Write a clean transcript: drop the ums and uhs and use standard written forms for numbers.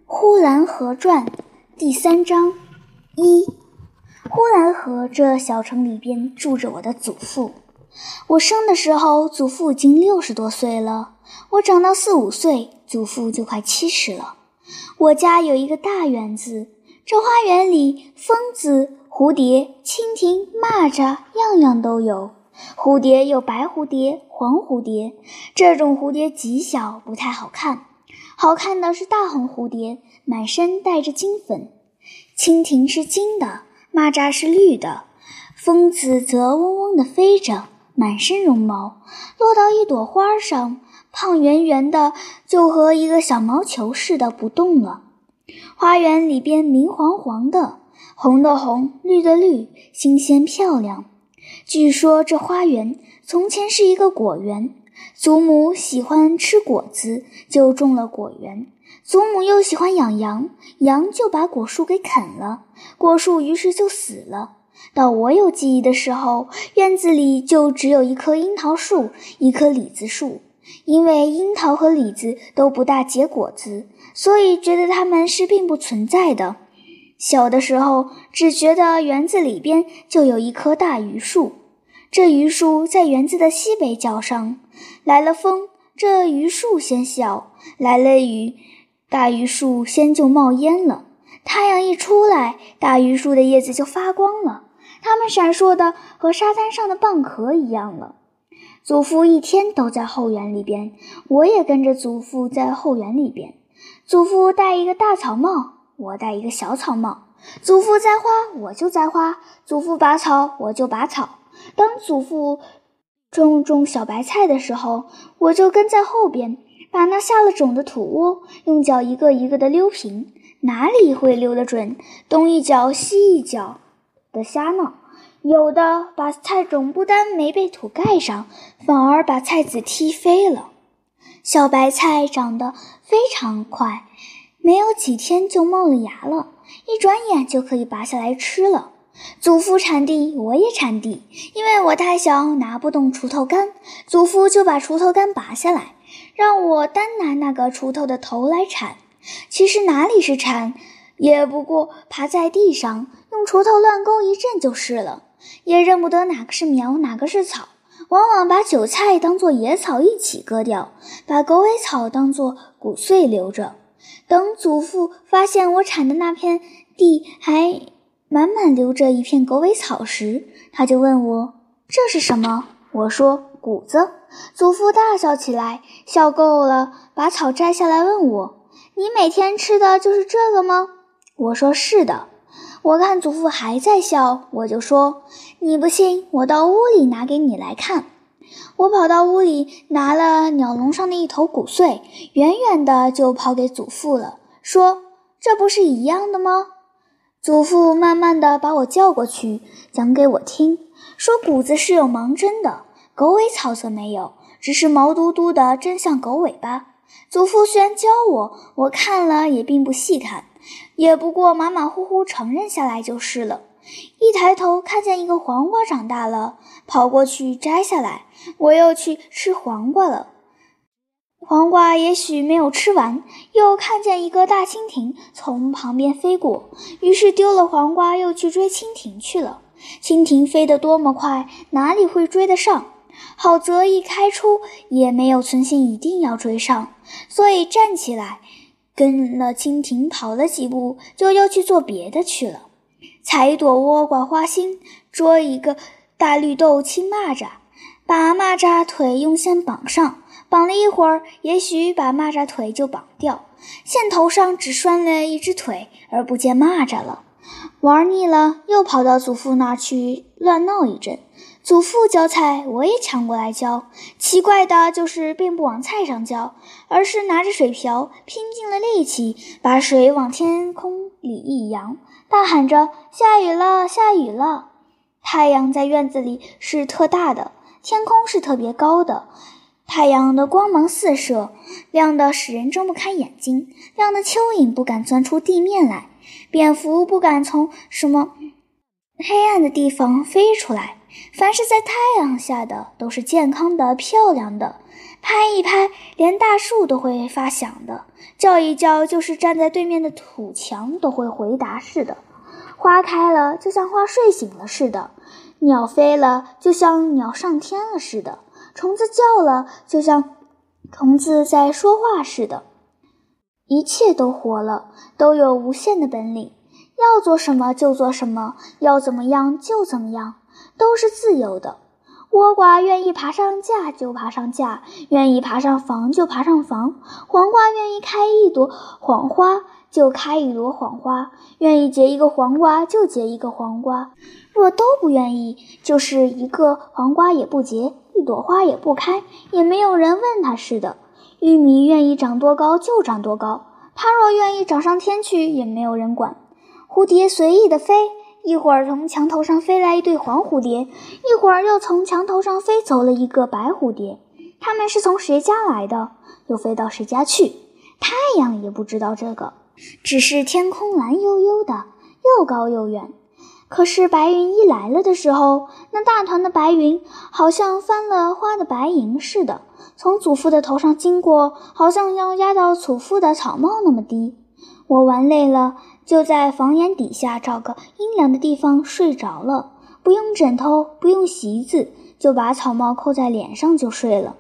呼兰河传第3章1。呼兰河这小城里边住着我的祖父。我生的时候，祖父已经60多岁了。我长到4、5岁，祖父就快70了。我家有一个大园子，这花园里蜂子、蝴蝶、蜻蜓、蚂蚱样样都有。蝴蝶有白蝴蝶、黄蝴蝶，这种蝴蝶极小，不太好看。好看的是大红蝴蝶，满身带着金粉。蜻蜓是金的，蚂蚱是绿的，蜂子则嗡嗡地飞着，满身绒毛，落到一朵花上，胖圆圆的，就和一个小毛球似的不动了。花园里边明黄黄的，红的红，绿的绿，新鲜漂亮。据说这花园从前是一个果园，祖母喜欢吃果子，就种了果园。祖母又喜欢养羊，羊就把果树给啃了，果树于是就死了。到我有记忆的时候，院子里就只有一棵樱桃树，一棵李子树。因为樱桃和李子都不大结果子，所以觉得它们是并不存在的。小的时候只觉得园子里边就有一棵大榆树，这榆树在园子的西北角上，来了风，这榆树先笑；来了雨，大榆树先就冒烟了。太阳一出来，大榆树的叶子就发光了，它们闪烁的和沙滩上的蚌壳一样了。祖父一天都在后园里边，我也跟着祖父在后园里边。祖父戴一个大草帽，我戴一个小草帽。祖父栽花，我就栽花；祖父拔草，我就拔草。当祖父种小白菜的时候，我就跟在后边，把那下了种的土窝用脚一个一个的溜平，哪里会溜得准，东一脚西一脚的瞎闹。有的把菜种不但没被土盖上，反而把菜籽踢飞了。小白菜长得非常快，没有几天就冒了芽了，一转眼就可以拔下来吃了。祖父铲地，我也铲地，因为我太小拿不动锄头杆，祖父就把锄头杆拔下来，让我单拿那个锄头的头来铲。其实哪里是铲，也不过爬在地上用锄头乱勾一阵就是了，也认不得哪个是苗哪个是草，往往把韭菜当作野草一起割掉，把狗尾草当作骨碎留着。等祖父发现我铲的那片地还满满留着一片狗尾草时，他就问我这是什么。我说谷子。祖父大笑起来，笑够了，把草摘下来问我，你每天吃的就是这个吗？我说是的。我看祖父还在笑，我就说你不信，我到屋里拿给你来看。我跑到屋里拿了鸟笼上的一头谷穗，远远的就跑给祖父了，说这不是一样的吗？祖父慢慢的把我叫过去，讲给我听，说谷子是有芒针的，狗尾草则没有，只是毛嘟嘟的，真像狗尾巴。祖父虽然教我看了也并不细看，也不过马马虎虎承认下来就是了。一抬头看见一个黄瓜长大了，跑过去摘下来，我又去吃黄瓜了。黄瓜也许没有吃完，又看见一个大蜻蜓从旁边飞过，于是丢了黄瓜又去追蜻蜓去了。蜻蜓飞得多么快，哪里会追得上？好则一开出也没有存心一定要追上，所以站起来跟了蜻蜓跑了几步，就又去做别的去了。采一朵倭瓜花心，捉一个大绿豆青蚂蚱，把蚂蚱腿用线绑上，绑了一会儿，也许把蚂蚱腿就绑掉，线头上只拴了一只腿，而不见蚂蚱了。玩腻了，又跑到祖父那儿去乱闹一阵。祖父浇菜，我也抢过来浇。奇怪的就是并不往菜上浇，而是拿着水瓢，拼尽了力气，把水往天空里一扬，大喊着下雨了，下雨了。太阳在院子里是特大的，天空是特别高的，太阳的光芒四射，亮得使人睁不开眼睛，亮得蚯蚓不敢钻出地面来，蝙蝠不敢从什么黑暗的地方飞出来。凡是在太阳下的都是健康的、漂亮的， 拍一拍，连大树都会发响的；叫一叫，就是站在对面的土墙都会回答似的。花开了，就像花睡醒了似的；鸟飞了，就像鸟上天了似的；虫子叫了，就像虫子在说话似的。一切都活了，都有无限的本领，要做什么就做什么，要怎么样就怎么样，都是自由的。倭瓜愿意爬上架就爬上架，愿意爬上房就爬上房；黄瓜愿意开一朵黄花就开一朵黄花，愿意结一个黄瓜就结一个黄瓜。若都不愿意，就是一个黄瓜也不结，一朵花也不开，也没有人问他似的。玉米愿意长多高就长多高，它若愿意长上天去，也没有人管。蝴蝶随意的飞，一会儿从墙头上飞来一对黄蝴蝶，一会儿又从墙头上飞走了一个白蝴蝶。它们是从谁家来的，又飞到谁家去？太阳也不知道这个，只是天空蓝悠悠的，又高又远。可是白云一来了的时候，那大团的白云好像翻了花的白银似的，从祖父的头上经过，好像要压到祖父的草帽那么低。我玩累了，就在房檐底下找个阴凉的地方睡着了，不用枕头，不用席子，就把草帽扣在脸上就睡了。